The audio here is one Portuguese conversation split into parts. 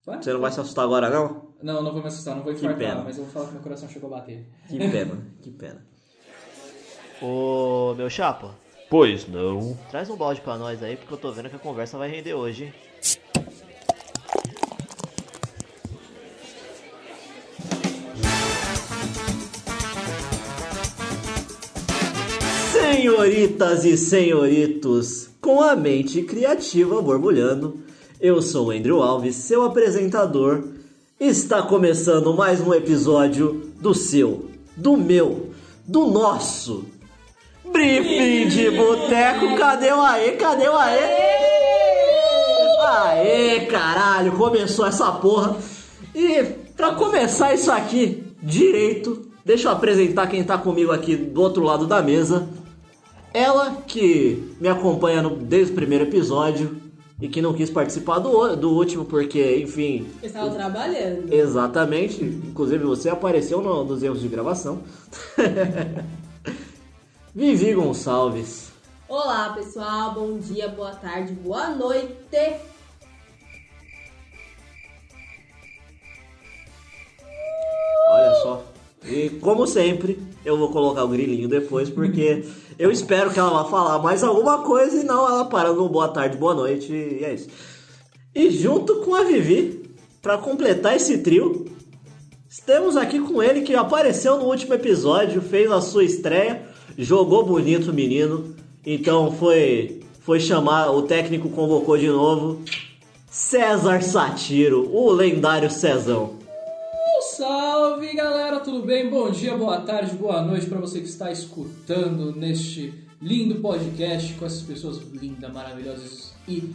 Vai? Você não vai se assustar agora, não? Não, não vou me assustar, não vou infartar, pena. mas eu vou falar que meu coração chegou a bater. Que pena, que pena. Ô, meu chapa, Pois não. traz um balde pra nós aí, porque eu tô vendo que a conversa vai render hoje, hein? Senhoritas e senhoritos, com a mente criativa borbulhando, eu sou o Andrew Alves, seu apresentador. Está começando mais um episódio do seu, do meu, do nosso Briefing de Boteco. Cadê o aê? Cadê o aê? Aê, caralho, começou essa porra. E pra começar isso aqui direito, deixa eu apresentar quem tá comigo aqui do outro lado da mesa. Ela que me acompanha desde o primeiro episódio e que não quis participar do último porque, enfim... Estava trabalhando. Exatamente. Inclusive você apareceu nos erros de gravação. Vivi Gonçalves. Olá, pessoal. Bom dia, boa tarde, boa noite. Olha só. E como sempre, eu vou colocar o grilinho depois, porque eu espero que ela vá falar mais alguma coisa e não ela para no boa tarde, boa noite, e é isso. E junto com a Vivi, para completar esse trio, estamos aqui com ele que apareceu no último episódio, fez a sua estreia, jogou bonito o menino, então foi chamar, o técnico convocou de novo, César Satiro, o lendário Cezão. Salve, galera, tudo bem? Bom dia, boa tarde, boa noite para você que está escutando neste lindo podcast com essas pessoas lindas, maravilhosas e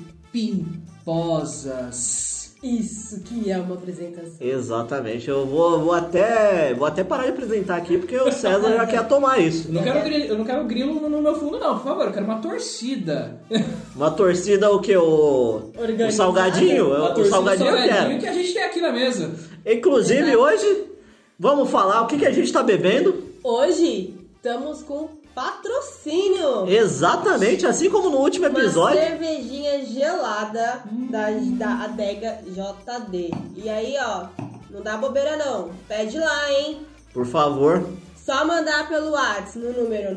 pimposas. Isso que é uma apresentação. Exatamente, eu vou até parar de apresentar aqui porque o César já quer tomar isso. Eu não quero grilo no meu fundo, não, por favor, eu quero uma torcida. Uma torcida o que? O salgadinho? O salgadinho eu quero. Que a gente tem aqui na mesa. Inclusive hoje, vamos falar o que a gente tá bebendo. Hoje estamos com patrocínio. Exatamente, assim como no último episódio. Uma cervejinha gelada da Adega JD. E aí, ó, não dá bobeira não. Pede lá, hein? Por favor. Só mandar pelo WhatsApp no número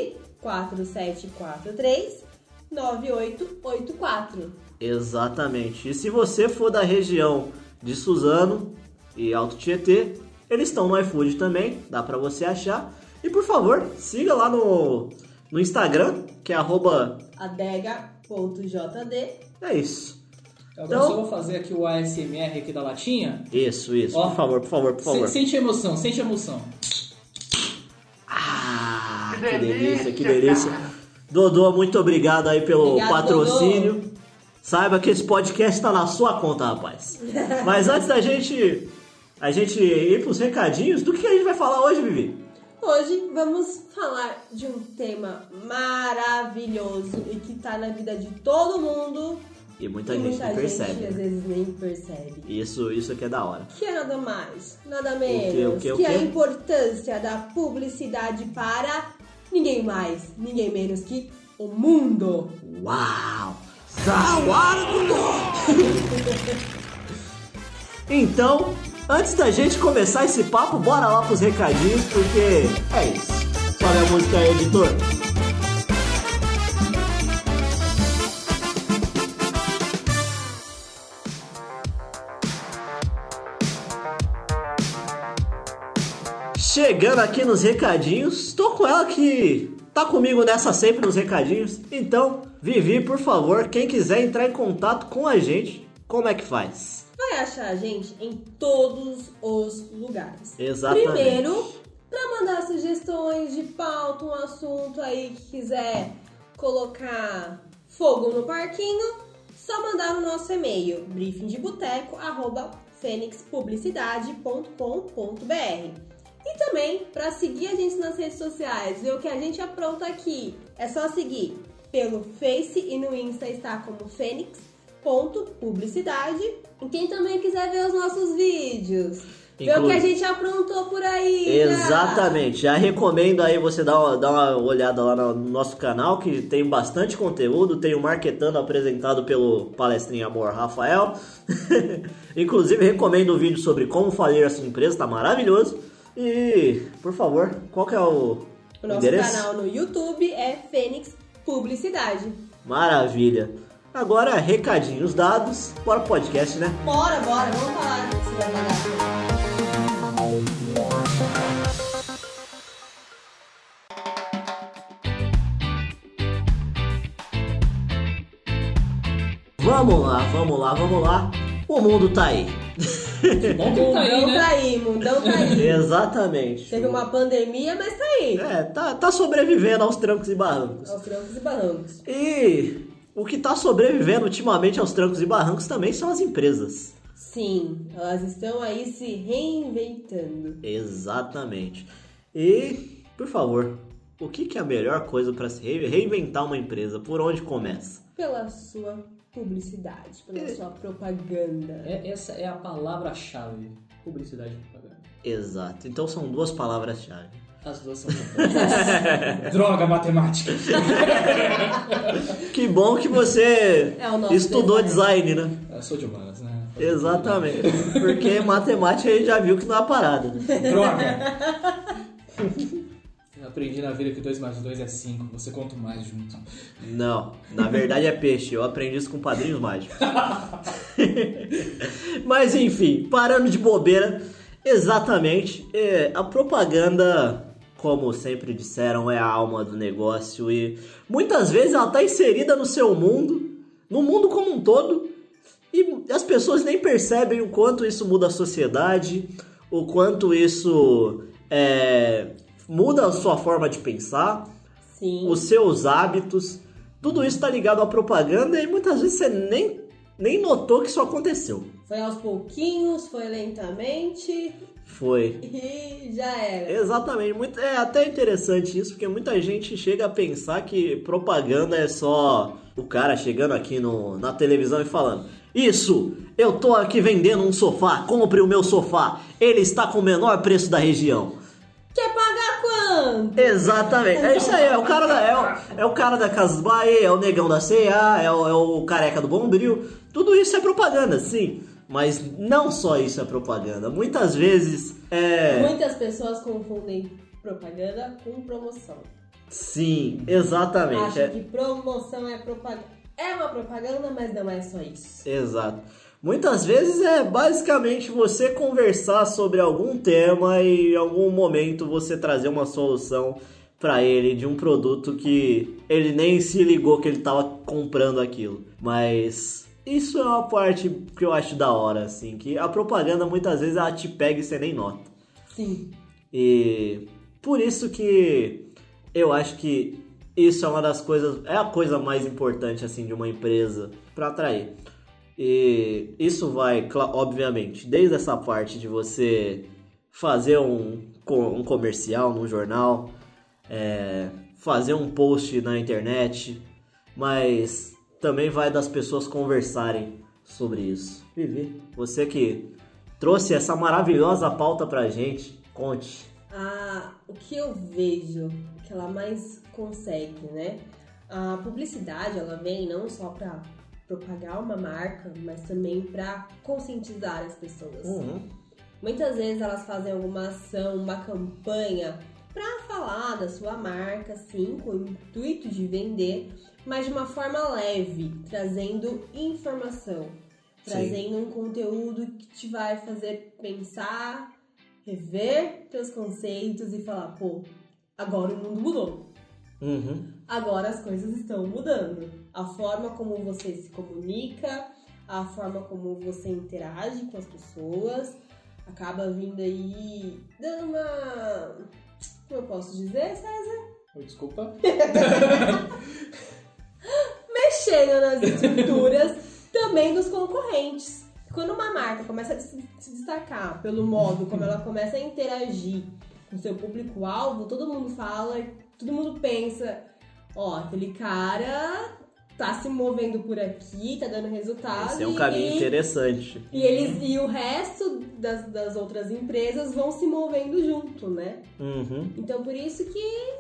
947439884. Exatamente. E se você for da região de Suzano e Alto Tietê, eles estão no iFood também, dá pra você achar. E por favor, siga lá no Instagram, que é @adega.jd. É isso. Agora só vou fazer aqui o ASMR aqui da latinha. Isso. Ó, por favor. Sente emoção. Ah, que delícia. Dodô, muito obrigado aí pelo patrocínio. Dodô. Saiba que esse podcast tá na sua conta, rapaz. Mas antes da gente ir pros recadinhos, do que a gente vai falar hoje, Vivi? Hoje vamos falar de um tema maravilhoso e que tá na vida de todo mundo. E muita gente não percebe. Às vezes nem percebe. Isso aqui é da hora. Que é nada mais, nada menos que a importância da publicidade para ninguém mais, ninguém menos que o mundo. Uau! Então, antes da gente começar esse papo, bora lá pros recadinhos, porque é isso. Sobe a música aí, editor. Chegando aqui nos recadinhos, estou com ela que tá comigo nessa sempre nos recadinhos. Então, Vivi, por favor, quem quiser entrar em contato com a gente, como é que faz? Vai achar a gente em todos os lugares. Exatamente. Primeiro, para mandar sugestões de pauta, um assunto aí que quiser colocar fogo no parquinho, só mandar no nosso e-mail briefingdeboteco@fenixpublicidade.com.br. E também, para seguir a gente nas redes sociais, ver o que a gente apronta aqui, é só seguir pelo Face e no Insta está como fenix.publicidade. E quem também quiser ver os nossos vídeos, Vê o que a gente aprontou por aí. Exatamente. Já recomendo aí você dar uma olhada lá no nosso canal, que tem bastante conteúdo. Tem o Marketando apresentado pelo palestrinha Amor Rafael. Inclusive, recomendo o vídeo sobre como falir a sua empresa, tá maravilhoso. E, por favor, qual que é o nosso endereço? Canal no YouTube é Fênix Publicidade. Maravilha. Agora, recadinhos dados. Bora pro podcast, né? Bora, vamos falar desse bagaço. Vamos lá. O mundo tá aí. Bom que tá aí, né? Mundão tá aí. Exatamente. Teve uma pandemia, mas tá aí. Tá sobrevivendo aos trancos e barrancos. Aos trancos e barrancos. E o que tá sobrevivendo ultimamente aos trancos e barrancos também são as empresas. Sim, elas estão aí se reinventando. Exatamente. E, por favor, o que é a melhor coisa para se reinventar uma empresa? Por onde começa? Pela sua publicidade, pela sua propaganda. Essa é a palavra-chave. Publicidade e propaganda. Exato. Então são duas palavras-chave. As duas são droga matemática. Que bom que você estudou design, né? Eu sou de humanas, né? Exatamente. Porque matemática a gente já viu que não é parada. Droga! Eu aprendi na vida que 2 mais 2 é 5. Você conta mais junto. Não, na verdade é peixe. Eu aprendi isso com padrinhos mágicos. Mas enfim, parando de bobeira. Exatamente. A propaganda, como sempre disseram, é a alma do negócio. E muitas vezes ela está inserida no seu mundo, no mundo como um todo. E as pessoas nem percebem o quanto isso muda a sociedade, o quanto isso muda a sua forma de pensar, Sim. Os seus hábitos. Tudo isso está ligado à propaganda e muitas vezes você nem notou que isso aconteceu. Foi aos pouquinhos, foi lentamente. Foi. E já era. Exatamente. É até interessante isso, porque muita gente chega a pensar que propaganda é só o cara chegando aqui na televisão e falando: isso, eu tô aqui vendendo um sofá, compre o meu sofá, ele está com o menor preço da região. Quer pagar quanto? Exatamente, é isso aí, é o cara da Casas Bahia, é o negão da C&A, é o careca do Bombril. Tudo isso é propaganda, sim. Mas não só isso é propaganda. Muitas vezes Muitas pessoas confundem propaganda com promoção. Sim, exatamente. Acham que promoção é propaganda. É uma propaganda, mas não é só isso. Exato. Muitas vezes é basicamente você conversar sobre algum tema e em algum momento você trazer uma solução para ele de um produto que ele nem se ligou que ele estava comprando aquilo. Mas isso é uma parte que eu acho da hora, assim, que a propaganda muitas vezes ela te pega e você nem nota. Sim. E por isso que eu acho que isso é uma das coisas, é a coisa mais importante, assim, de uma empresa para atrair. E isso vai, obviamente, desde essa parte de você fazer um comercial num jornal, fazer um post na internet, mas também vai das pessoas conversarem sobre isso. Vivi, você que trouxe essa maravilhosa pauta pra gente, conte. O que eu vejo que ela mais consegue, né? A publicidade, ela vem não só pra propagar uma marca, mas também para conscientizar as pessoas. Uhum. Muitas vezes elas fazem alguma ação, uma campanha para falar da sua marca, sim, com o intuito de vender, mas de uma forma leve, trazendo informação, trazendo um conteúdo que te vai fazer pensar, rever teus conceitos e falar, pô, agora o mundo mudou. Uhum. Agora as coisas estão mudando. A forma como você se comunica, a forma como você interage com as pessoas, acaba vindo aí dando uma... Como eu posso dizer, César? Desculpa. Mexendo nas estruturas também dos concorrentes. Quando uma marca começa a se destacar pelo modo como ela começa a interagir com seu público-alvo, todo mundo fala, todo mundo pensa, ó, aquele cara tá se movendo por aqui, tá dando resultado. Esse é um caminho interessante. E o resto das outras empresas vão se movendo junto, né? Uhum. Então, por isso que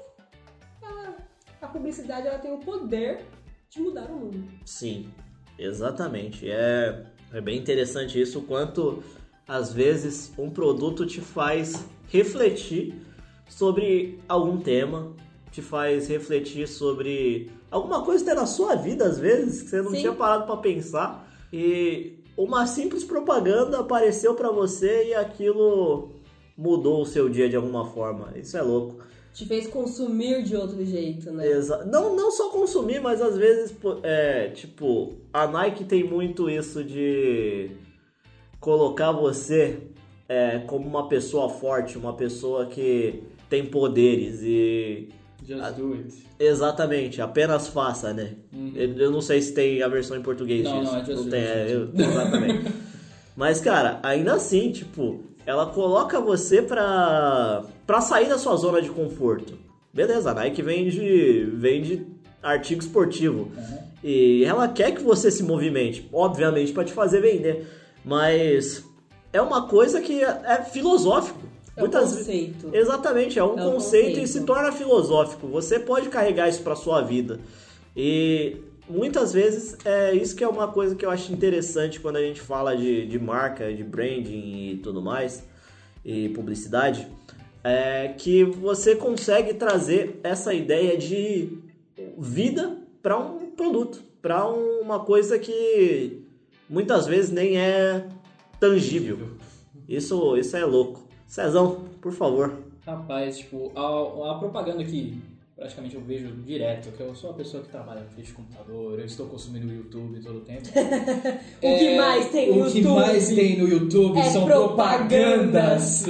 a publicidade ela tem o poder de mudar o mundo. Sim, exatamente. É bem interessante isso, o quanto, às vezes, um produto te faz refletir sobre algum tema, te faz refletir sobre alguma coisa que tem na sua vida, às vezes, que você não tinha parado para pensar. E uma simples propaganda apareceu para você e aquilo mudou o seu dia de alguma forma. Isso é louco. Te fez consumir de outro jeito, né? Não só consumir, mas às vezes, tipo, a Nike tem muito isso de colocar você como uma pessoa forte, uma pessoa que tem poderes e... Just do it. Exatamente, apenas faça, né? Uhum. Eu não sei se tem a versão em português disso. Não, é just não do tem, it. Exatamente. Mas, cara, ainda assim, tipo, ela coloca você pra sair da sua zona de conforto. Beleza, a Nike vende artigo esportivo. Uhum. E ela quer que você se movimente, obviamente, pra te fazer vender. Mas é uma coisa que é filosófico. É um conceito. Exatamente, é um conceito e se torna filosófico. Você pode carregar isso pra sua vida. E muitas vezes é isso que é uma coisa que eu acho interessante quando a gente fala de marca, de branding e tudo mais, e publicidade, é que você consegue trazer essa ideia de vida para um produto, para uma coisa que muitas vezes nem é tangível. Isso é louco. Cezão, por favor. Rapaz, tipo, a propaganda que praticamente eu vejo direto, que eu sou uma pessoa que trabalha na frente de computador, eu estou consumindo o YouTube todo o tempo. O que mais tem no YouTube? O que mais tem no YouTube são propagandas.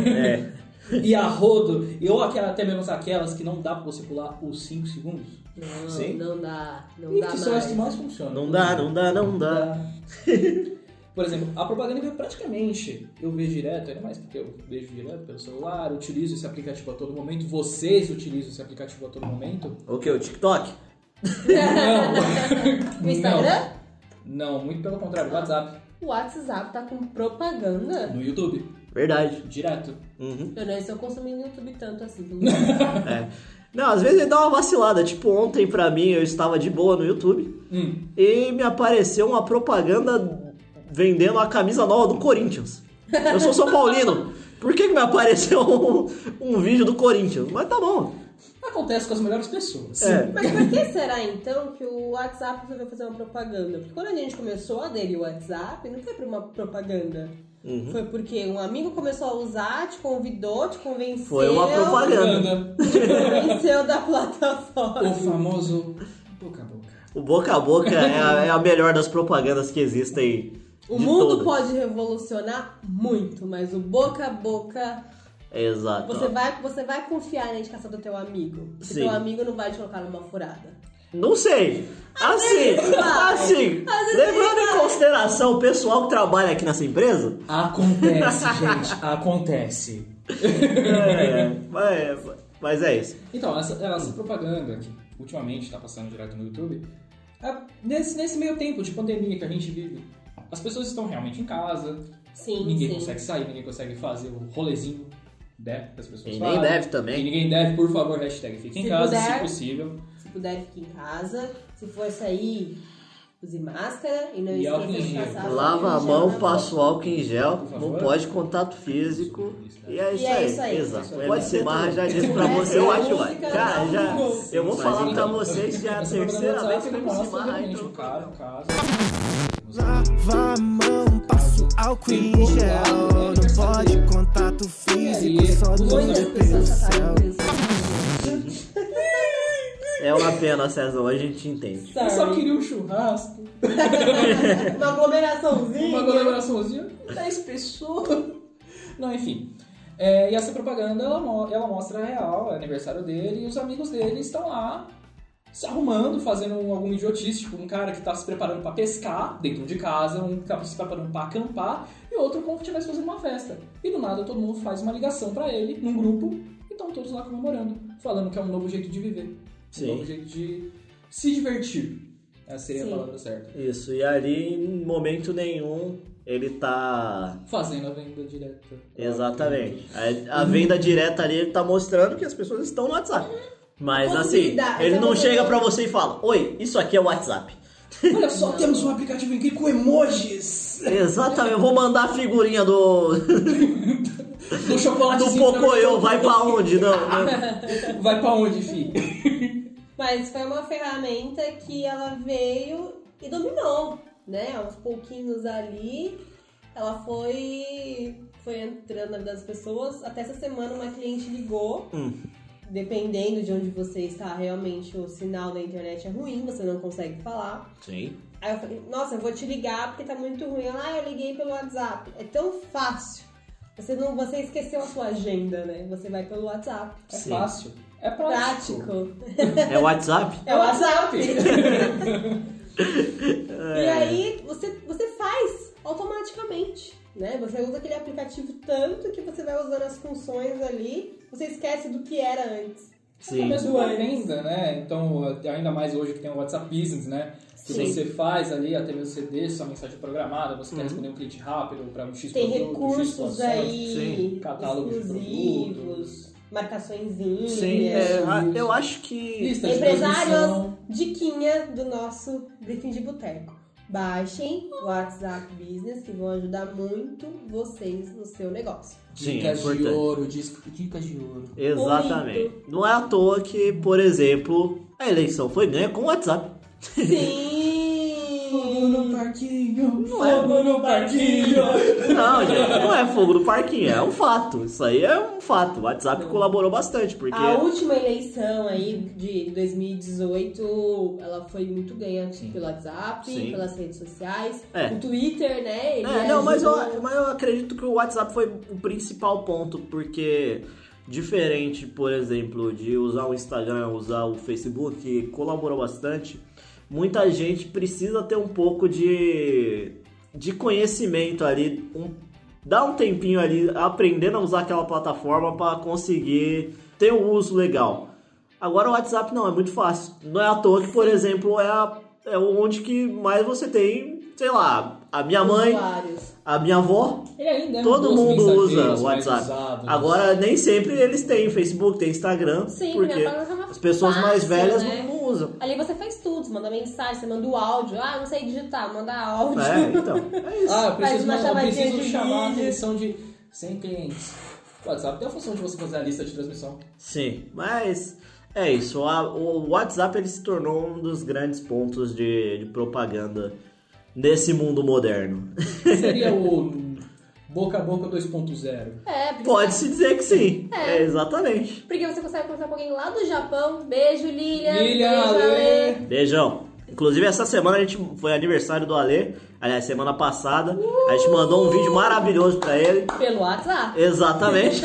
E a rodo, ou até mesmo aquelas que não dá pra você pular os 5 segundos. Não, sim. Não dá e que mais. são as que mais funcionam. Não dá. Por exemplo, a propaganda que praticamente eu vejo direto, ainda mais porque eu vejo direto pelo celular, utilizo esse aplicativo a todo momento, vocês utilizam esse aplicativo a todo momento. O que? O TikTok? Não. O Instagram? Não, muito pelo contrário, o WhatsApp. O WhatsApp tá com propaganda? No YouTube. Verdade. Direto. Uhum. Eu não estou consumindo no YouTube tanto assim. Não, às vezes ele dá uma vacilada. Tipo, ontem pra mim eu estava de boa no YouTube e me apareceu uma propaganda vendendo a camisa nova do Corinthians. Eu sou São Paulino. Por que me apareceu um vídeo do Corinthians? Mas tá bom. Acontece com as melhores pessoas. Mas por que será então que o WhatsApp resolveu fazer uma propaganda? Porque quando a gente começou a aderir o WhatsApp, não foi por uma propaganda. Foi porque um amigo começou a usar, te convidou, te convenceu. Foi uma propaganda. Te convenceu da plataforma. O famoso boca a boca. O boca a boca é a melhor das propagandas que existem. O mundo pode revolucionar muito, mas o boca a boca... Exato. Você vai confiar na indicação do teu amigo. Porque Sim. teu amigo não vai te colocar numa furada. Não sei. Assim, levando em consideração o pessoal que trabalha aqui nessa empresa... Acontece, gente. Acontece. Mas é isso. Então, essa propaganda que ultimamente está passando direto no YouTube, nesse meio tempo de pandemia que a gente vive, as pessoas estão realmente em casa, ninguém consegue sair, ninguém consegue fazer o rolezinho, né, que as pessoas fazem. Ninguém deve também. E ninguém deve, por favor, hashtag fique em casa, se possível. Se puder, fique em casa. Se for sair, use máscara e não E álcool esqueça em de gel. passar Lava a mão, passa o álcool em gel, Por não favor. pode contato físico. E é isso E é isso aí. Exato. Isso aí. Pode ser barra, já disse pra Essa você, é eu a acho, música cara, da já, música. eu vou Mas falar pra então, vocês já a essa propaganda terceira do vez WhatsApp, que eu ele me mostra barra, realmente então. o cara, no caso. Lava a mão, passa o álcool em gel. Não pode contato físico, só Muitas Deus Muitas pelo pessoas céu. passaram por isso. É uma pena, César, a gente entende. Eu só queria um churrasco, Uma aglomeraçãozinha. uma aglomeraçãozinha, 10 pessoas. Não, enfim. E essa propaganda, ela mostra a real, é aniversário dele, e os amigos dele estão lá se arrumando, fazendo alguma idiotice, tipo um cara que tá se preparando pra pescar dentro de casa, um que tá se preparando pra acampar, e outro como se estivesse fazendo uma festa. E do nada todo mundo faz uma ligação pra ele, num grupo, e estão todos lá comemorando, falando que é um novo jeito de viver. Sim. Um novo jeito de se divertir. Essa seria Sim. a palavra certa. Isso, e ali em momento nenhum ele tá... Fazendo a venda direta. Exatamente. A venda direta ali ele tá mostrando que as pessoas estão no WhatsApp. Mas assim, Possibilidade. ele Então não você chega não- pra você e fala: oi, isso aqui é o WhatsApp. Olha só, temos um aplicativo incrível com emojis. Exatamente, eu vou mandar a figurinha do Do chocolate. Pocoyo, vai pra onde? Não. Vai pra onde, fi? Mas foi uma ferramenta que ela veio e dominou, né? Aos pouquinhos ali, ela foi entrando na vida das pessoas. Até essa semana uma cliente ligou. Dependendo de onde você está, realmente o sinal da internet é ruim, você não consegue falar. Sim. Aí eu falei, nossa, eu vou te ligar porque tá muito ruim. Ela, eu liguei pelo WhatsApp. É tão fácil. Você esqueceu a sua agenda, né? Você vai pelo WhatsApp. É Sim. fácil. É prático. Prático. É o WhatsApp? É o WhatsApp. E aí você faz automaticamente, né? Você usa aquele aplicativo tanto que você vai usando as funções ali, você esquece do que era antes. É mesmo uma venda, né? Então, ainda mais hoje que tem o WhatsApp Business, né? Que Sim. você faz ali, até mesmo você deixa sua mensagem programada, você quer responder um cliente rápido para um X Tem produto, X recursos situações. aí Sim. Catálogo de exclusivos, marcaçõezinhas. Sim, eu acho que... Lista de Empresários, transmissão. diquinha do nosso Briefing de Boteco. Baixem o WhatsApp Business que vão ajudar muito vocês no seu negócio. Sim, Dicas é de importante. ouro, dicas de ouro. Exatamente. Não é à toa que, por exemplo, a eleição foi ganha com o WhatsApp. Sim! Fogo no parquinho, é. fogo no parquinho. Não, gente, não é fogo no parquinho, é um fato. Isso aí é um fato. O WhatsApp colaborou bastante, porque... A última eleição aí de 2018, ela foi muito ganha pelo WhatsApp, Sim. pelas redes sociais, É. o Twitter, né? Ele não, mas ajudou. eu acredito que o WhatsApp foi o principal ponto, porque diferente, por exemplo, de usar o Instagram, usar o Facebook, que colaborou bastante, muita gente precisa ter um pouco de conhecimento ali, dar um tempinho ali aprendendo a usar aquela plataforma para conseguir ter um uso legal. Agora o WhatsApp não, é muito fácil. Não é à toa que, por exemplo, é onde que mais você tem, sei lá, a minha mãe, Usuários. a minha avó, Ele ainda é um todo dos mundo usa mensageiros o mais WhatsApp. usados. Agora, nem sempre eles têm Facebook, tem Instagram, Sim, porque minha plataforma as pessoas fácil, mais velhas né? não usam. Ali você faz tudo, você manda mensagem, você manda o áudio. Ah, não sei digitar, manda áudio. Então, é isso. Ah, eu Faz uma chamadinha preciso de chamar a vídeo. atenção de 100 clientes. O WhatsApp tem a função de você fazer a lista de transmissão. Sim, mas é isso. O WhatsApp ele se tornou um dos grandes pontos de propaganda nesse mundo moderno. Seria o boca a boca 2.0. É, porque Pode-se dizer que sim. É. Exatamente. Porque você consegue conversar com alguém lá do Japão. Beijo, Lilian. Lilian, Beijo, Ale. Ale. Beijão. Inclusive, essa semana a gente foi aniversário do Alê. Aliás, semana passada. A gente mandou um vídeo maravilhoso pra ele. Pelo WhatsApp. Exatamente.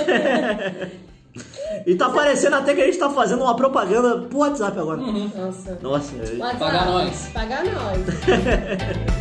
E tá parecendo até que a gente tá fazendo uma propaganda pro WhatsApp agora. Nossa. Nossa, WhatsApp. Paga nós. Paga nós.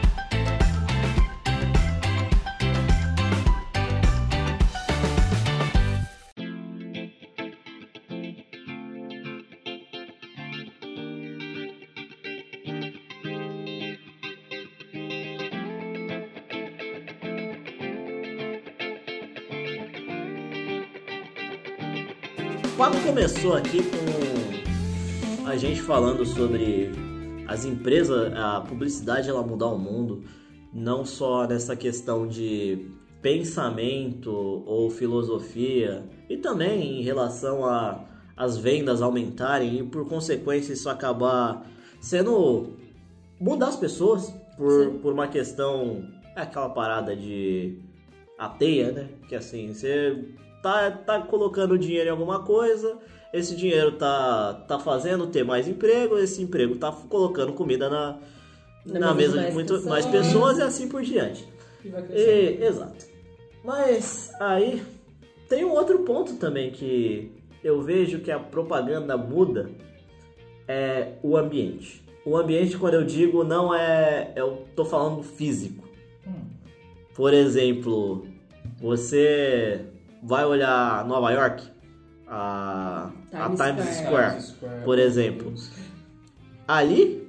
o papo começou aqui com a gente falando sobre as empresas, a publicidade ela mudar o mundo, não só nessa questão de pensamento ou filosofia, e também em relação às vendas aumentarem e por consequência isso acabar sendo mudar as pessoas por uma questão, aquela parada de a teia, né? Que assim, você tá colocando dinheiro em alguma coisa, esse dinheiro tá fazendo ter mais emprego, esse emprego tá colocando comida na mesa de muito mais pessoas e assim por diante. E vai crescer. Exato. Mas aí tem um outro ponto também que eu vejo que a propaganda muda, é o ambiente. O ambiente, quando eu digo, não eu tô falando físico. Por exemplo, você vai olhar Nova York, a Times Square, por exemplo. Ali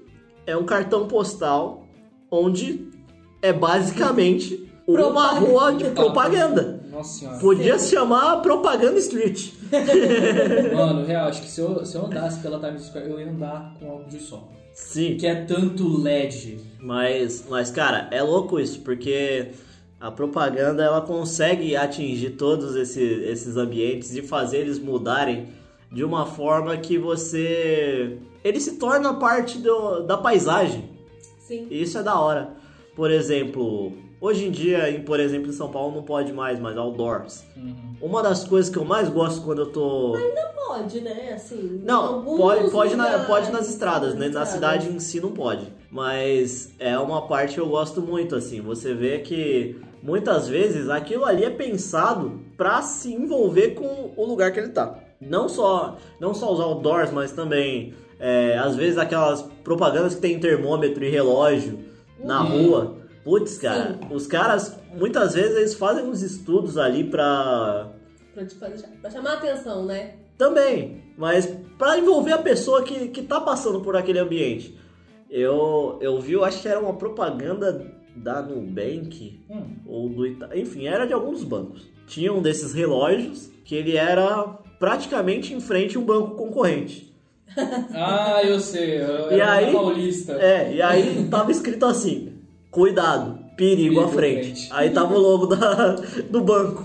é um cartão postal onde é basicamente uma rua de propaganda. Nossa senhora. Podia se chamar Propaganda Street. Mano, real, acho que se eu andasse pela Times Square, eu ia andar com óculos de sol. Sim. Que é tanto LED. Mas, cara, é louco isso, porque a propaganda ela consegue atingir todos esses ambientes e fazer eles mudarem de uma forma que ele se torna parte da paisagem. Sim. E isso é da hora. Por exemplo, hoje em dia, em São Paulo não pode mais outdoors. Uma das coisas que eu mais gosto quando eu tô... Ainda pode, né? Assim, Não, pode nas estradas, né? Na cidade em si não pode. Mas é uma parte que eu gosto muito, assim. Você vê que muitas vezes aquilo ali é pensado pra se envolver com o lugar que ele tá. Não só os outdoors, mas também, às vezes, aquelas propagandas que tem termômetro e relógio na rua. Putz, cara, Sim. Os caras, muitas vezes, eles fazem uns estudos ali pra Pra chamar a atenção, né? Também, mas pra envolver a pessoa que tá passando por aquele ambiente. Eu vi, eu acho que era uma propaganda da Nubank ou do Itaú, enfim, era de alguns bancos. Tinha um desses relógios que ele era praticamente em frente a um banco concorrente. Ah, eu sei. E aí, Paulista. e aí tava escrito assim: cuidado, perigo à frente. Aí tava o logo do banco.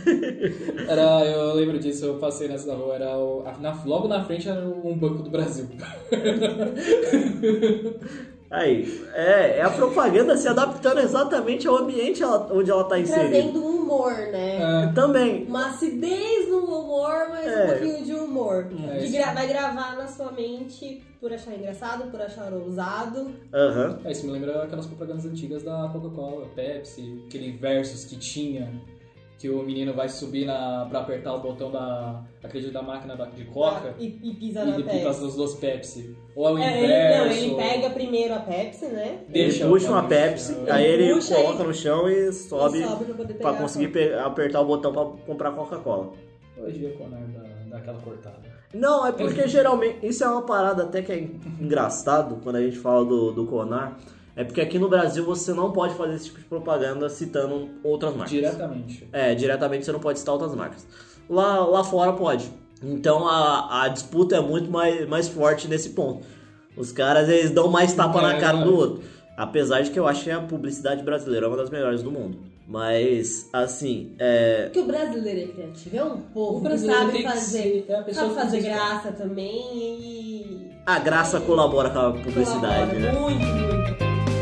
Eu lembro disso, eu passei nessa rua, logo na frente era um Banco do Brasil. Aí, é a propaganda se adaptando exatamente ao ambiente onde ela tá inserida. Trazendo um humor, né? Também. Uma acidez no humor, mas um pouquinho de humor. Que vai gravar na sua mente por achar engraçado, por achar ousado. Isso me lembra aquelas propagandas antigas da Coca-Cola, Pepsi, aquele versus que tinha, que o menino vai subir pra apertar o botão da máquina de Coca E pisa na e Pepsi. passa os dois Pepsi. Ou é o inverso. Ele pega primeiro a Pepsi, né? Ele puxa uma Pepsi, aí ele puxa coloca no chão e sobe pra poder pra pegar conseguir apertar o botão pra comprar Coca-Cola. Hoje é quando dá aquela cortada. Não, é porque geralmente, isso é uma parada até que é engraçado quando a gente fala do Conar, é porque aqui no Brasil você não pode fazer esse tipo de propaganda citando outras marcas. Diretamente. Diretamente você não pode citar outras marcas. Lá fora pode. Então a disputa é muito mais forte nesse ponto. Os caras, eles dão mais tapa na cara do outro. Apesar de que eu acho que a publicidade brasileira é uma das melhores do mundo. Mas, assim, Porque o brasileiro é criativo, é um povo que brasileiro sabe tem que fazer, ser a pessoa sabe que fazer faz graça também e... a graça colabora com a publicidade, colabora né? muito.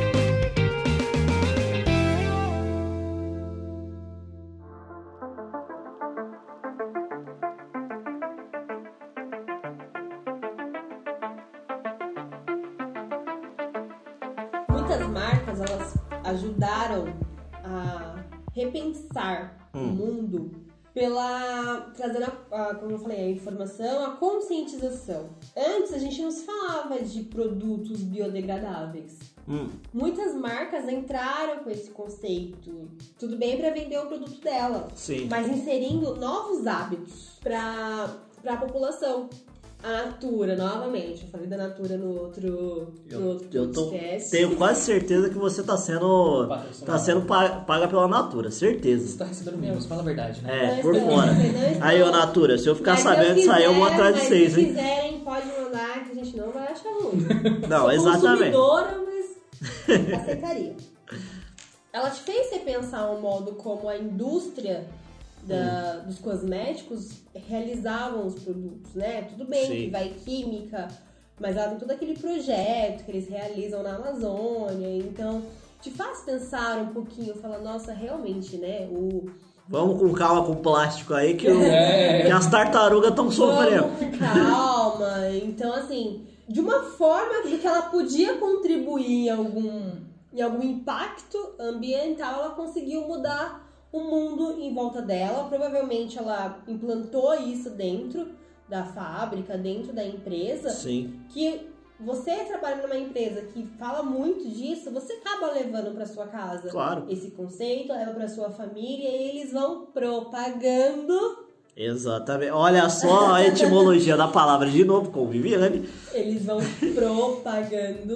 Muitas marcas, elas ajudaram a repensar o mundo trazendo, como eu falei, a informação, a conscientização. Antes a gente não se falava de produtos biodegradáveis. Muitas marcas entraram com esse conceito. Tudo bem para vender o produto dela, Sim. mas inserindo novos hábitos para a população. A Natura, novamente, eu falei da Natura no outro podcast. Tenho quase certeza que você tá sendo paga pela Natura, certeza. Você tá recebendo menos, fala a verdade, né? Por fora. Aí, ô Natura, se eu ficar sabendo disso aí, eu vou atrás de vocês, se hein? quiserem, pode mandar, que a gente não vai achar ruim. Não, Sou exatamente. consumidora, mas aceitaria. Ela te fez repensar o modo como a indústria dos cosméticos realizavam os produtos, né? Tudo bem Sim. que vai química, mas ela tem todo aquele projeto que eles realizam na Amazônia, então te faz pensar um pouquinho, falar, nossa, realmente, né? Vamos com calma com o plástico aí que as tartarugas estão sofrendo. Vamos com calma. Então, assim, de uma forma que ela podia contribuir em algum impacto ambiental, ela conseguiu mudar o mundo em volta dela. Provavelmente ela implantou isso dentro da fábrica, dentro da empresa. Sim. Que você trabalha numa empresa que fala muito disso, você acaba levando para sua casa. Claro. Esse conceito, leva para sua família e eles vão propagando. Exatamente. Olha só a etimologia da palavra de novo com Viviane. Eles vão propagando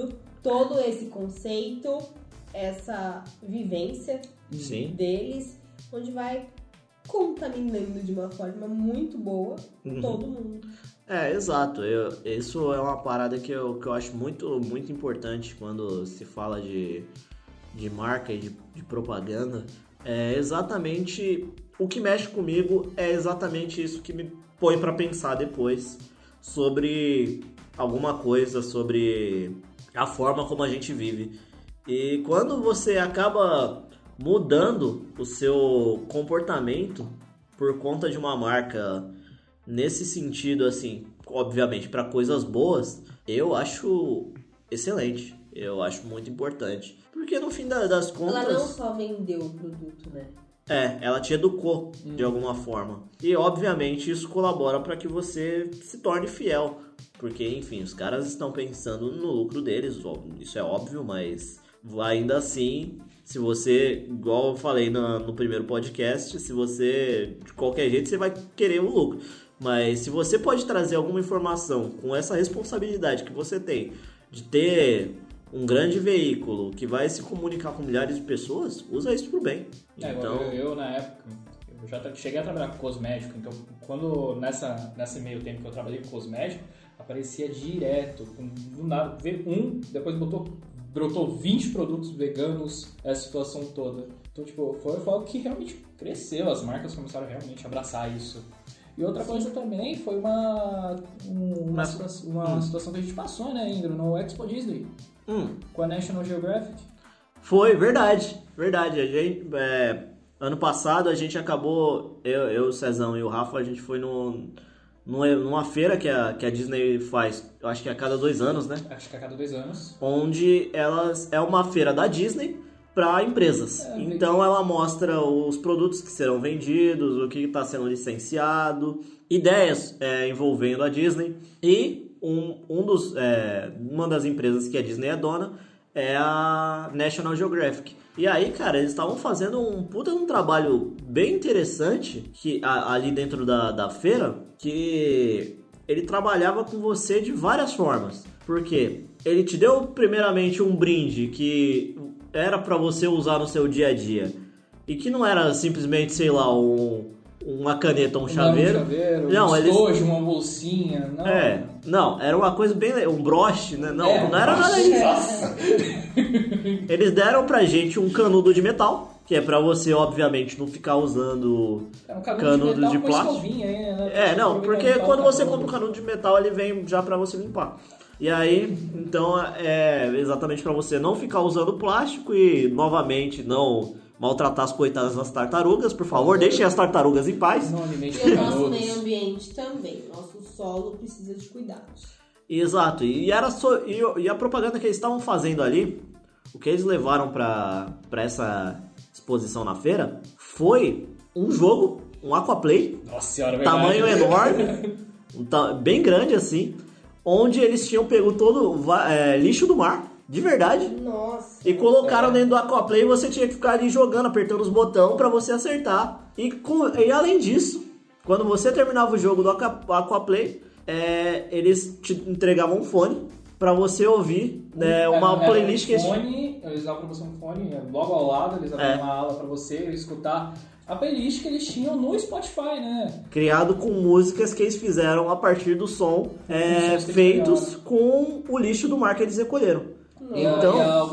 todo esse conceito, essa vivência Sim. deles, onde vai contaminando de uma forma muito boa todo mundo. Exato. Isso é uma parada que eu acho muito, muito importante quando se fala de marca e de propaganda. É exatamente o que mexe comigo, é exatamente isso que me põe pra pensar depois sobre alguma coisa, sobre a forma como a gente vive. E quando você acaba mudando o seu comportamento por conta de uma marca nesse sentido, assim, obviamente para coisas boas, eu acho excelente, eu acho muito importante. Porque no fim das contas... Ela não só vendeu o produto, né? Ela te educou de alguma forma. E obviamente isso colabora para que você se torne fiel. Porque, enfim, os caras estão pensando no lucro deles, isso é óbvio, mas ainda assim, se você, igual eu falei no primeiro podcast, se você, de qualquer jeito, você vai querer o lucro. Mas se você pode trazer alguma informação com essa responsabilidade que você tem de ter um grande veículo que vai se comunicar com milhares de pessoas, usa isso pro bem. Então... Eu na época, eu já cheguei a trabalhar com cosmético, então quando nesse meio tempo que eu trabalhei com cosmético, aparecia direto, do nada, depois brotou 20 produtos veganos, essa situação toda. Então, tipo, foi algo que realmente cresceu, as marcas começaram realmente a abraçar isso. E outra coisa também foi uma situação que a gente passou, né, Ingrid, no Expo Disney, com a National Geographic. Foi, verdade. A gente, ano passado a gente acabou, eu, o Cezão e o Rafa, a gente foi numa feira que a Disney faz, eu acho que a cada 2 anos, né? Acho que a cada 2 anos. Onde é uma feira da Disney para empresas. Então ela mostra os produtos que serão vendidos, o que está sendo licenciado, ideias envolvendo a Disney. E uma das empresas que a Disney é dona é a National Geographic. E aí, cara, eles estavam fazendo um trabalho bem interessante ali dentro da feira, que ele trabalhava com você de várias formas. Porque ele te deu primeiramente um brinde que era para você usar no seu dia a dia e que não era simplesmente, sei lá, uma caneta ou um chaveiro. Um estojo, uma bolsinha. Não. Não, era uma coisa bem... Um broche, né? Não era nada disso. Eles deram pra gente um canudo de metal, que é pra você, obviamente, não ficar usando canudo de plástico. Né? Porque quando você compra um canudo de metal, ele vem já pra você limpar. E aí, então, é exatamente pra você não ficar usando plástico e, novamente, não maltratar as coitadas das tartarugas. Por favor, deixem as tartarugas em paz. Não alimente e o nosso meio ambiente também. Nosso solo precisa de cuidados. Exato. E a propaganda que eles estavam fazendo ali, o que eles levaram pra essa exposição na feira, foi um jogo, um Aquaplay. Nossa senhora, tamanho enorme, bem grande assim, onde eles tinham pego todo lixo do mar, de verdade. Nossa. E colocaram dentro do Aquaplay e você tinha que ficar ali jogando, apertando os botões pra você acertar. E além disso, quando você terminava o jogo do Aquaplay, eles te entregavam um fone pra você ouvir uma playlist que eles davam pra você um fone logo ao lado, eles davam uma ala pra você escutar a playlist que eles tinham no Spotify, né? Criado com músicas que eles fizeram a partir do som feitos com o lixo do mar que eles recolheram. Então,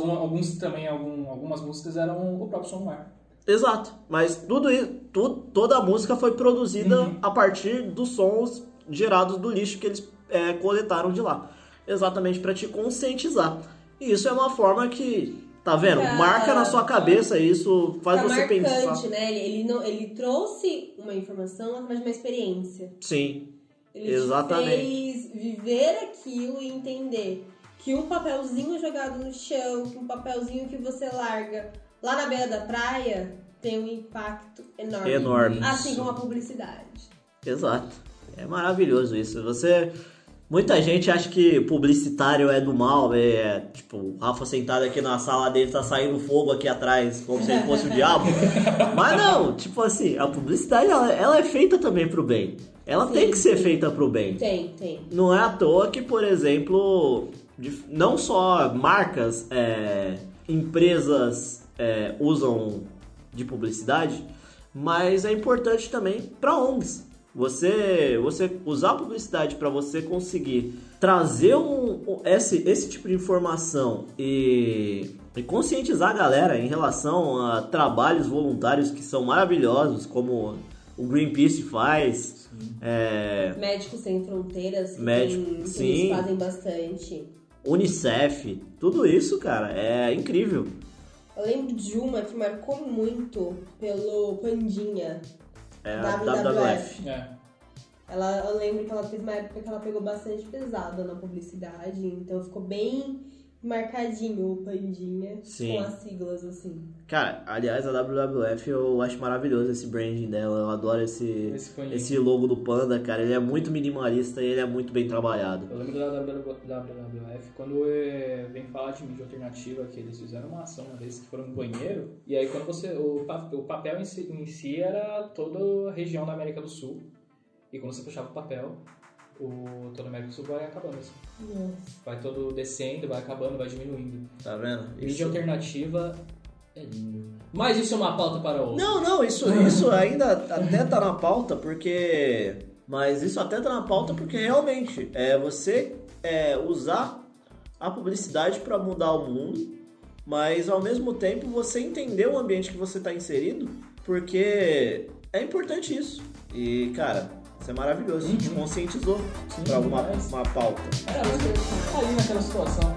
algumas músicas eram o próprio som do mar. Exato, mas toda a música foi produzida a partir dos sons gerados do lixo que eles coletaram de lá. Exatamente para te conscientizar. E isso é uma forma que, tá vendo? Marca na sua cabeça, isso faz você pensar. Né? Ele trouxe uma informação através de uma experiência. Sim, ele exatamente. Ele fez viver aquilo e entender que um papelzinho jogado no chão, que um papelzinho que você larga lá na beira da praia tem um impacto enorme. Assim como a publicidade. Exato. É maravilhoso isso. Muita gente acha que publicitário é do mal, tipo, o Rafa sentado aqui na sala dele tá saindo fogo aqui atrás, como se ele fosse o diabo. Mas não, tipo assim, a publicidade ela é feita também pro bem. Ela tem que ser feita pro bem. Tem. Não é à toa que, por exemplo, não só marcas, empresas usam de publicidade, mas é importante também para ONGs. Você usar a publicidade para você conseguir trazer esse tipo de informação e conscientizar a galera em relação a trabalhos voluntários que são maravilhosos, como o Greenpeace faz. Médicos Sem Fronteiras, que sim. eles fazem bastante. Unicef, tudo isso, cara, é incrível. Eu lembro de uma que marcou muito pelo Pandinha. A WWF. Eu lembro que ela teve uma época que ela pegou bastante pesado na publicidade, então ficou bem marcadinho o Pandinha. Sim. Com as siglas, assim. Cara, aliás, a WWF eu acho maravilhoso esse branding dela, eu adoro esse logo do panda, cara, ele é muito minimalista e ele é muito bem trabalhado. Eu lembro da WWF quando vem falar de mídia alternativa, que eles fizeram uma ação uma vez que foram no banheiro, e aí quando o papel em si era toda a região da América do Sul, e quando você puxava o papel, toda a América do Sul vai acabando assim. Nossa. Vai todo descendo, vai acabando, vai diminuindo. Tá vendo? Mídia alternativa é lindo. Mas isso é uma pauta para outro. Não, isso ainda até tá na pauta, porque... Mas isso até tá na pauta porque realmente você usar a publicidade para mudar o mundo, mas ao mesmo tempo você entender o ambiente que você tá inserido, porque é importante isso. E, cara, isso é maravilhoso. A gente conscientizou pra uma pauta. Era você ali naquela situação.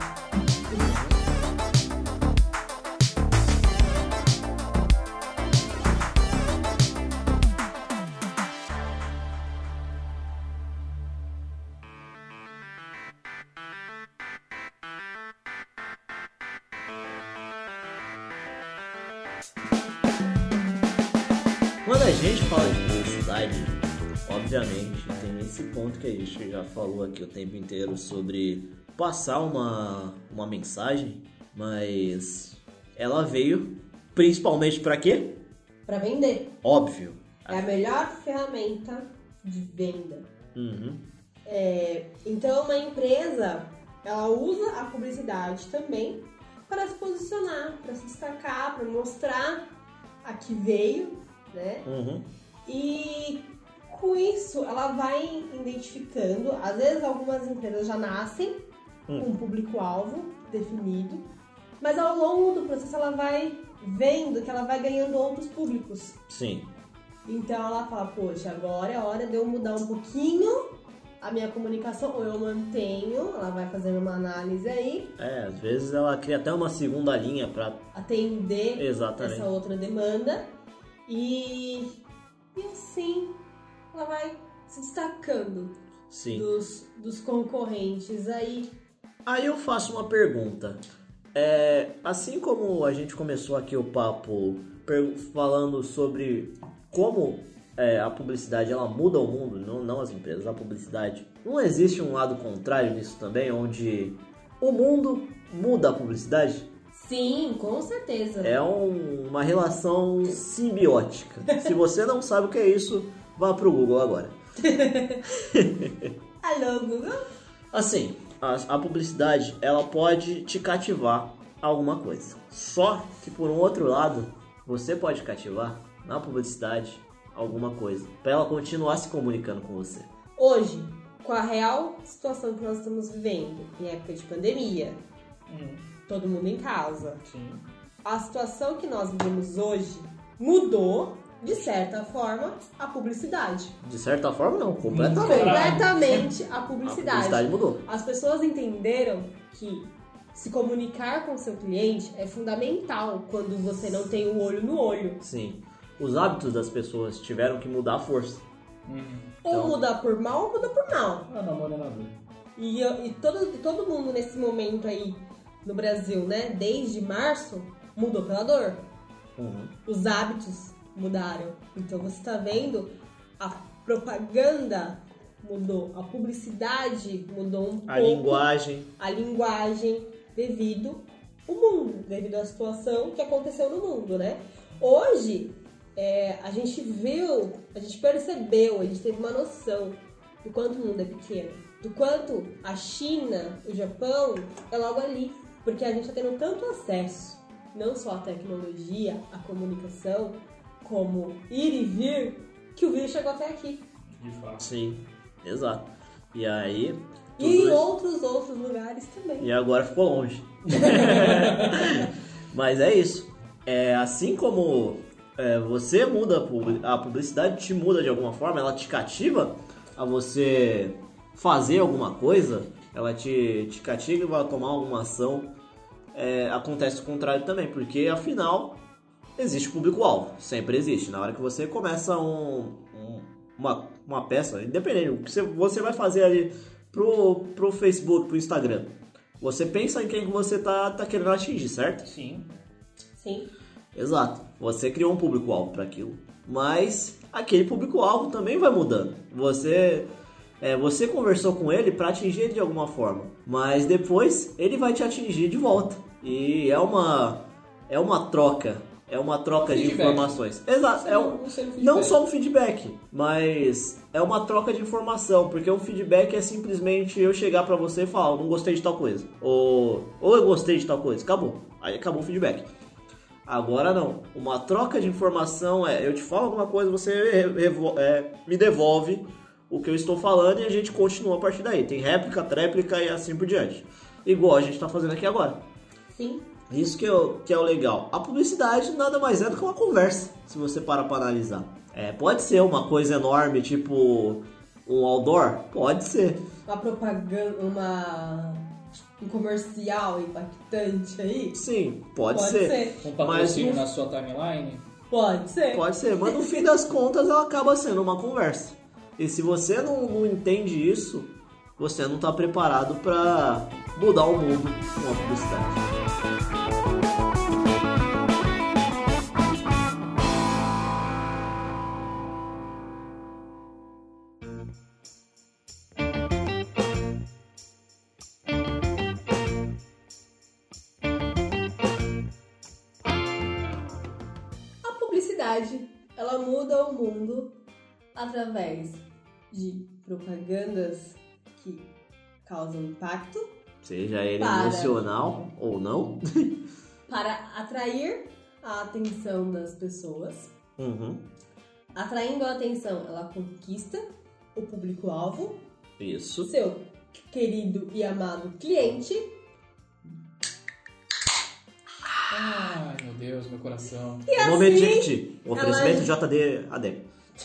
Quando a gente fala de publicidade, obviamente tem esse ponto que a gente já falou aqui o tempo inteiro sobre passar uma mensagem, mas ela veio principalmente para quê? Para vender. Óbvio. É a melhor ferramenta de venda. Uhum. Então, uma empresa, ela usa a publicidade também para se posicionar, para se destacar, para mostrar a que veio, né? Uhum. E com isso, ela vai identificando, às vezes algumas empresas já nascem com um público-alvo definido, mas ao longo do processo ela vai vendo que ela vai ganhando outros públicos. Sim. Então ela fala, poxa, agora é hora de eu mudar um pouquinho a minha comunicação, ou eu mantenho, ela vai fazendo uma análise aí. Às vezes ela cria até uma segunda linha para atender Exatamente. essa outra demanda. E assim ela vai se destacando. Sim. Dos concorrentes aí. Aí eu faço uma pergunta. Assim como a gente começou aqui o papo falando sobre como a publicidade ela muda o mundo, não as empresas, a publicidade. Não existe um lado contrário nisso também, onde o mundo muda a publicidade? Sim, com certeza. É uma relação simbiótica. Se você não sabe o que é isso, vá pro Google agora. Alô, Google? Assim, a publicidade, ela pode te cativar alguma coisa. Só que por um outro lado, você pode cativar na publicidade alguma coisa, para ela continuar se comunicando com você. Hoje, com a real situação que nós estamos vivendo, em época de pandemia, todo mundo em casa. Sim. A situação que nós vivemos hoje mudou, de certa forma, a publicidade. De certa forma, não. Completamente. Completamente a publicidade. A publicidade mudou. As pessoas entenderam que se comunicar com seu cliente é fundamental quando você não tem o olho no olho. Sim. Os hábitos das pessoas tiveram que mudar a força. Ou muda por mal ou muda por mal. Namoro é na vida. E todo mundo nesse momento aí no Brasil, né? Desde março, mudou pela dor. Os hábitos mudaram. Então você tá vendo, a propaganda mudou, a publicidade mudou um pouco. A linguagem devido ao mundo, devido à situação que aconteceu no mundo, né? Hoje, a gente viu, a gente percebeu, a gente teve uma noção do quanto o mundo é pequeno, do quanto a China, o Japão, é logo ali. Porque a gente está tendo tanto acesso, não só à tecnologia, à comunicação, como ir e vir, que o vírus chegou até aqui. De fato. Sim, exato. E aí... E em outros lugares também. E agora ficou longe. Mas é isso. Assim como você muda, a publicidade te muda de alguma forma, ela te cativa a você fazer alguma coisa, ela te cativa a tomar alguma ação. Acontece o contrário também, porque afinal existe público-alvo, sempre existe. Na hora que você começa uma peça, independente do que você vai fazer ali pro Facebook, pro Instagram, você pensa em quem que você tá querendo atingir, certo? Sim. Sim. Exato. Você criou um público-alvo para aquilo, mas aquele público-alvo também vai mudando. Você conversou com ele para atingir ele de alguma forma, mas depois ele vai te atingir de volta. E é uma troca. É uma troca de informações. Exato. Não só um feedback, mas é uma troca de informação. Porque um feedback é simplesmente eu chegar pra você e falar, eu não gostei de tal coisa. Ou eu gostei de tal coisa. Acabou. Aí acabou o feedback. Agora não. Uma troca de informação eu te falo alguma coisa, você me devolve o que eu estou falando e a gente continua a partir daí. Tem réplica, tréplica e assim por diante. Igual a gente está fazendo aqui agora. Sim. Isso que é o legal. A publicidade nada mais é do que uma conversa, se você para analisar. Pode ser uma coisa enorme, tipo um outdoor? Pode ser. Uma propaganda, um comercial impactante aí? Sim, pode ser. Um patrocínio na sua timeline? Pode ser. Pode ser, mas no fim das contas ela acaba sendo uma conversa. E se você não entende isso, você não está preparado para mudar o mundo com a publicidade. Ela muda o mundo através de propagandas que causam impacto, seja ele emocional ou não, para atrair a atenção das pessoas. Uhum. Atraindo a atenção, ela conquista o público-alvo, isso, seu querido e amado cliente. Ai, meu Deus, meu coração. E assim, momento Jequiti, oferecimento JD ADEM.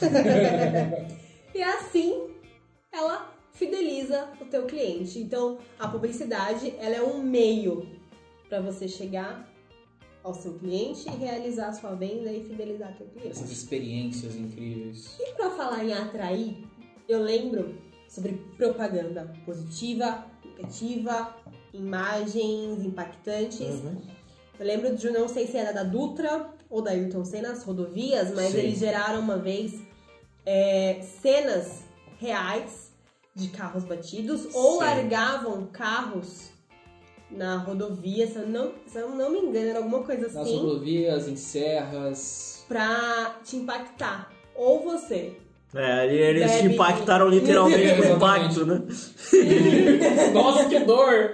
E assim ela fideliza o teu cliente. Então, a publicidade, ela é um meio para você chegar ao seu cliente e realizar a sua venda e fidelizar o teu cliente. Essas experiências incríveis. E para falar em atrair, eu lembro sobre propaganda positiva, negativa, imagens impactantes. Uhum. Eu lembro de, não sei se era da Dutra ou da Ayrton Senna, as rodovias, mas Sim. Eles geraram uma vez cenas reais de carros batidos ou Sim. largavam carros na rodovia, se eu não me engano, era alguma coisa assim. Nas rodovias, em serras. Pra te impactar. Ou você. Eles te impactaram literalmente com o impacto, né? Nossa, que dor!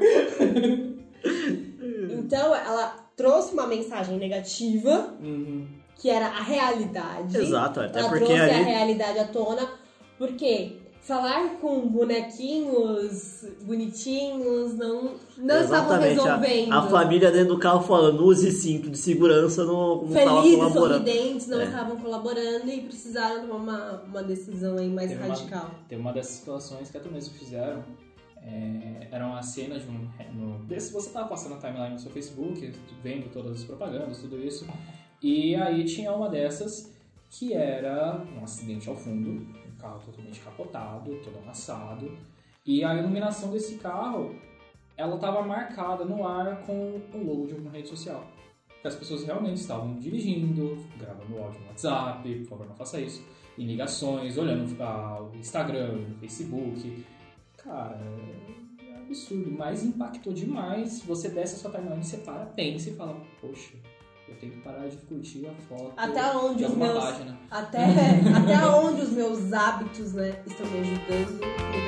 Então, ela trouxe uma mensagem negativa, que era a realidade. Exato, até ela porque trouxe ali... a realidade à tona, porque falar com bonequinhos bonitinhos não estavam resolvendo. A família dentro do carro falando, use cinto de segurança, não estava Felizes, colaborando. sorridentes, não estavam colaborando e precisaram tomar uma decisão aí mais radical. Teve uma dessas situações que até mesmo fizeram. Era uma cena de se você tava passando a timeline no seu Facebook, vendo todas as propagandas, tudo isso, e aí tinha uma dessas que era um acidente ao fundo, um carro totalmente capotado, todo amassado, e a iluminação desse carro, ela estava marcada no ar com o logo de uma rede social. Que as pessoas realmente estavam dirigindo, gravando áudio no WhatsApp, por favor não faça isso, em ligações, olhando o Instagram, o Facebook. Cara, é absurdo, mas impactou demais. Você desce a sua timeline, você para, pensa e fala, poxa, Eu tenho que parar de curtir a foto Até onde de os alguma meus... página. Até onde os meus hábitos, né, estão me ajudando.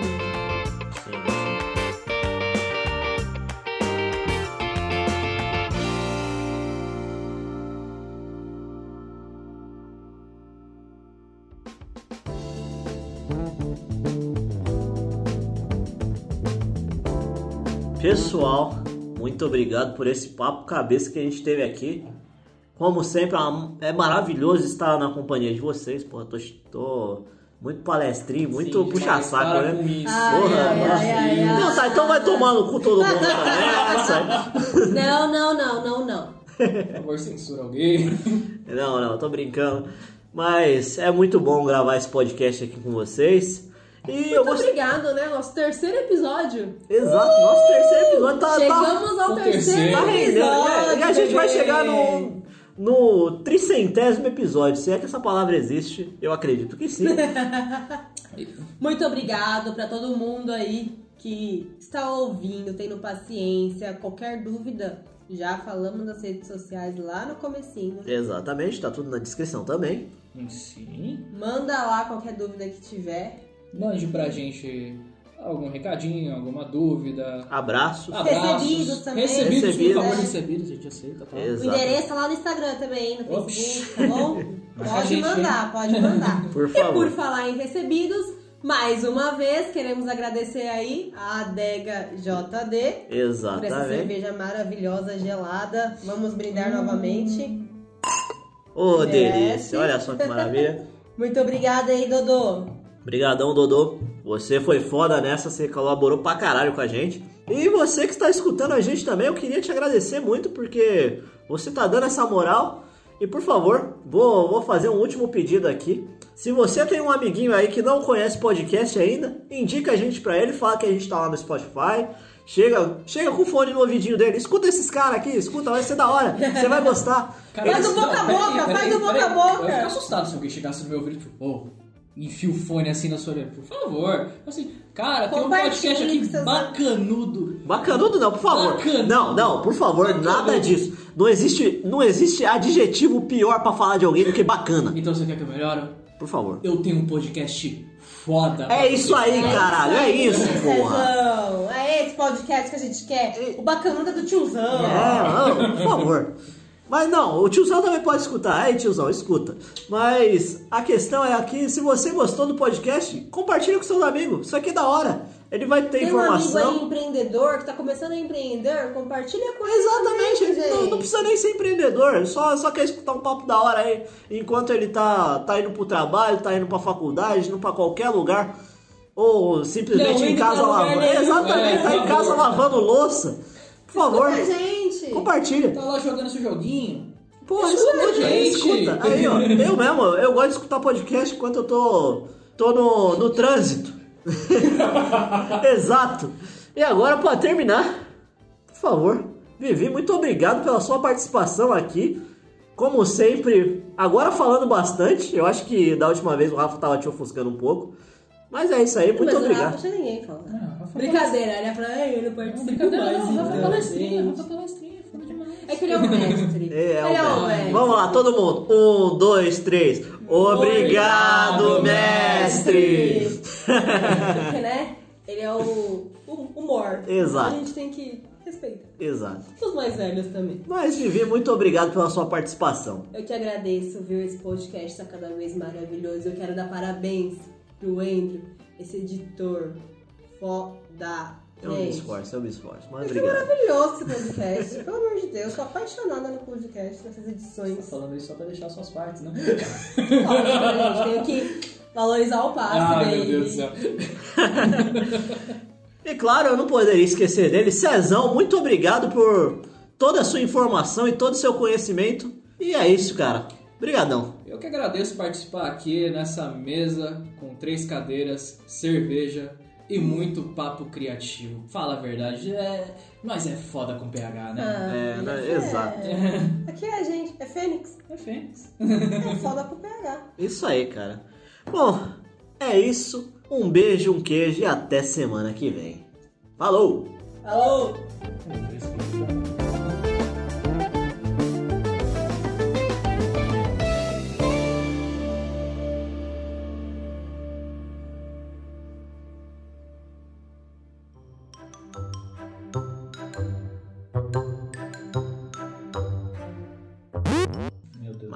Pessoal, muito obrigado por esse papo cabeça que a gente teve aqui. Como sempre, é maravilhoso estar na companhia de vocês. Porra, tô muito palestrinho, muito puxa-saco, para né? com isso. Porra, não, tá, então vai tomar no cu todo mundo também. Não. Por favor, censura alguém. Não, tô brincando. Mas é muito bom gravar esse podcast aqui com vocês. E Muito obrigado, né? Nosso terceiro episódio. Exato, nosso terceiro episódio Chegamos ao terceiro tá rendendo, episódio. E a gente vai bebê. chegar no 300º episódio. Se é que essa palavra existe, eu acredito que sim. Muito obrigado pra todo mundo aí que está ouvindo, tendo paciência. Qualquer dúvida, já falamos nas redes sociais lá no comecinho. Exatamente, tá tudo na descrição também. Sim. Manda lá qualquer dúvida que tiver. Mande pra gente algum recadinho, alguma dúvida. Abraços. Recebidos também. Recebidos, por favor, Recebidos. recebidos, a gente aceita, tá? O Exato. endereço tá lá no Instagram também, no Ops. Facebook, tá bom? Marca a Pode gente, mandar, pode mandar. Por E favor. por falar em recebidos, mais uma vez queremos agradecer aí a Adega JD por essa Exatamente. cerveja maravilhosa, gelada. Vamos brindar novamente. Ô, Merece. delícia. Olha só que maravilha. Muito obrigada aí, Dodô. Obrigadão, Dodô. Você foi foda nessa, você colaborou pra caralho com a gente. E você que está escutando a gente também, eu queria te agradecer muito porque você tá dando essa moral. E por favor, vou fazer um último pedido aqui. Se você tem um amiguinho aí que não conhece podcast ainda, indica a gente pra ele, fala que a gente tá lá no Spotify. Chega com o fone no ouvidinho dele, escuta esses caras aqui, escuta, vai ser da hora, você vai gostar. Faz o boca a boca, faz o boca a boca. Eu ia ficar assustado se alguém chegasse no meu ouvido e tipo, enfia o fone assim na sua orelha. Por favor. Assim, cara, tem um podcast Compartilhe aqui com seus Bacanudo não, por favor. Bacanudo. Não, por favor, Bacanudo. nada disso. Não existe adjetivo pior pra falar de alguém do que bacana. Então você quer que eu melhore? Por favor. Eu tenho um podcast foda. É isso aí, caralho, é isso, porra. Cezão. É esse podcast que a gente quer. O bacanuda do tiozão. Não, por favor. Mas não, o tiozão também pode escutar. Aí, tiozão, escuta. Mas a questão é aqui, se você gostou do podcast, compartilha com seus amigos. Isso aqui é da hora. Ele vai ter Tem informação. um amigo aí empreendedor que tá começando a empreender, compartilha com ele. Exatamente, também, gente. não precisa nem ser empreendedor, só quer escutar um papo da hora aí, enquanto ele tá indo pro trabalho, tá indo pra faculdade, indo pra qualquer lugar, ou simplesmente Não, em indo casa pra lugar lavando. nenhum. Exatamente, tá em casa lavando louça. Por favor, Escuta a gente. compartilha. Tá lá jogando esse joguinho. Pô, Escuta, escuta, gente. escuta. Aí, ó, eu mesmo, eu gosto de escutar podcast enquanto eu tô no trânsito. Exato. E agora, pra terminar, por favor, Vivi, muito obrigado pela sua participação aqui. Como sempre, agora falando bastante. Eu acho que da última vez o Rafa tava te ofuscando um pouco. Mas é isso aí, muito Mas obrigado. Não tinha ninguém falando. Rafa Brincadeira, né? Pra ele não participa Brincadeira, mais. não, Rafa então, palestrinha, gente. Rafa palestrinha, foda demais. É que ele é o mestre. É, ele é o mestre. mestre. Vamos lá, todo mundo. 1, 2, 3. Obrigado, mestre! Porque, né? Ele é o humor. Exato. Então a gente tem que respeitar. Exato. Os mais velhos também. Mas, Vivi, muito obrigado pela sua participação. Eu que agradeço, viu? Esse podcast está cada vez maravilhoso. Eu quero dar parabéns pro Andrew, esse editor foda. Eu me Gente, esforço. Mas que obrigado. maravilhoso esse podcast. Pelo amor de Deus, tô apaixonada no podcast, nessas Você edições. tá falando isso só pra deixar suas partes, não? Olha, gente, tenho que valorizar o passe Meu dele. Deus do céu. E claro, eu não poderia esquecer dele. Cezão, muito obrigado por toda a sua informação e todo o seu conhecimento. E é isso, cara. Obrigadão. Eu que agradeço participar aqui nessa mesa com 3 cadeiras, cerveja e muito papo criativo. Fala a verdade, nós é foda com PH, né? Exato. Aqui é a gente, é Fênix. É Fênix. É foda pro PH. Isso aí, cara. Bom, é isso. Um beijo, um queijo e até semana que vem. Falou! Alô?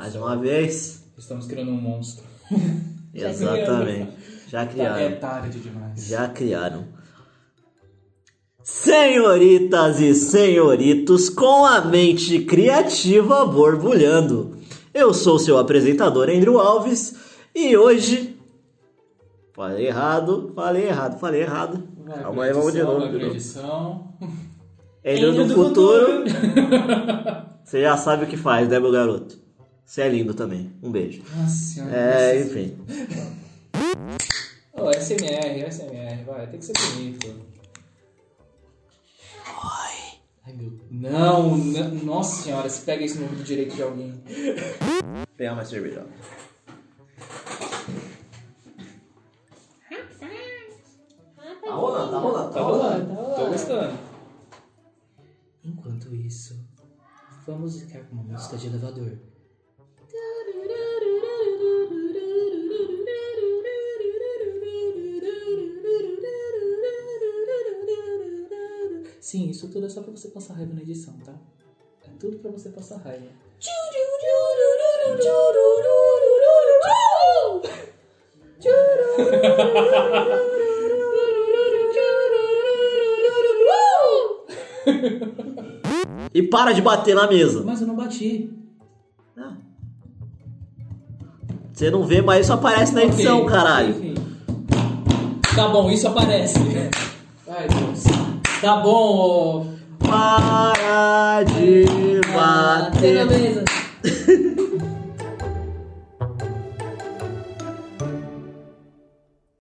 Mais uma vez. Estamos criando um monstro. Exatamente. Já É criaram. tarde demais. Já criaram. Senhoritas e senhoritos com a mente criativa borbulhando. Eu sou seu apresentador, Andrew Alves, e hoje... Falei errado. Vai Calma pra aí, vamos de edição, novo. vai pra edição. Andrew do futuro. Você já sabe o que faz, né, meu garoto? Você é lindo também. Um beijo. Nossa senhora. Enfim. Oh, SMR, vai, tem que ser bonito. Ai, meu... Não, nossa senhora, se pega isso no ouvido direito de alguém. Pegar mais cerveja. Tá rolando. Tô gostando. Enquanto isso, vamos ficar com uma música de elevador. Sim, isso tudo é só pra você passar raiva na edição, tá? É tudo pra você passar raiva. E para de bater na mesa. Mas eu não bati. Você não vê, mas isso aparece na edição, Ok, caralho. enfim. Tá bom, isso aparece. Ai, Deus. Tá bom. Para de bater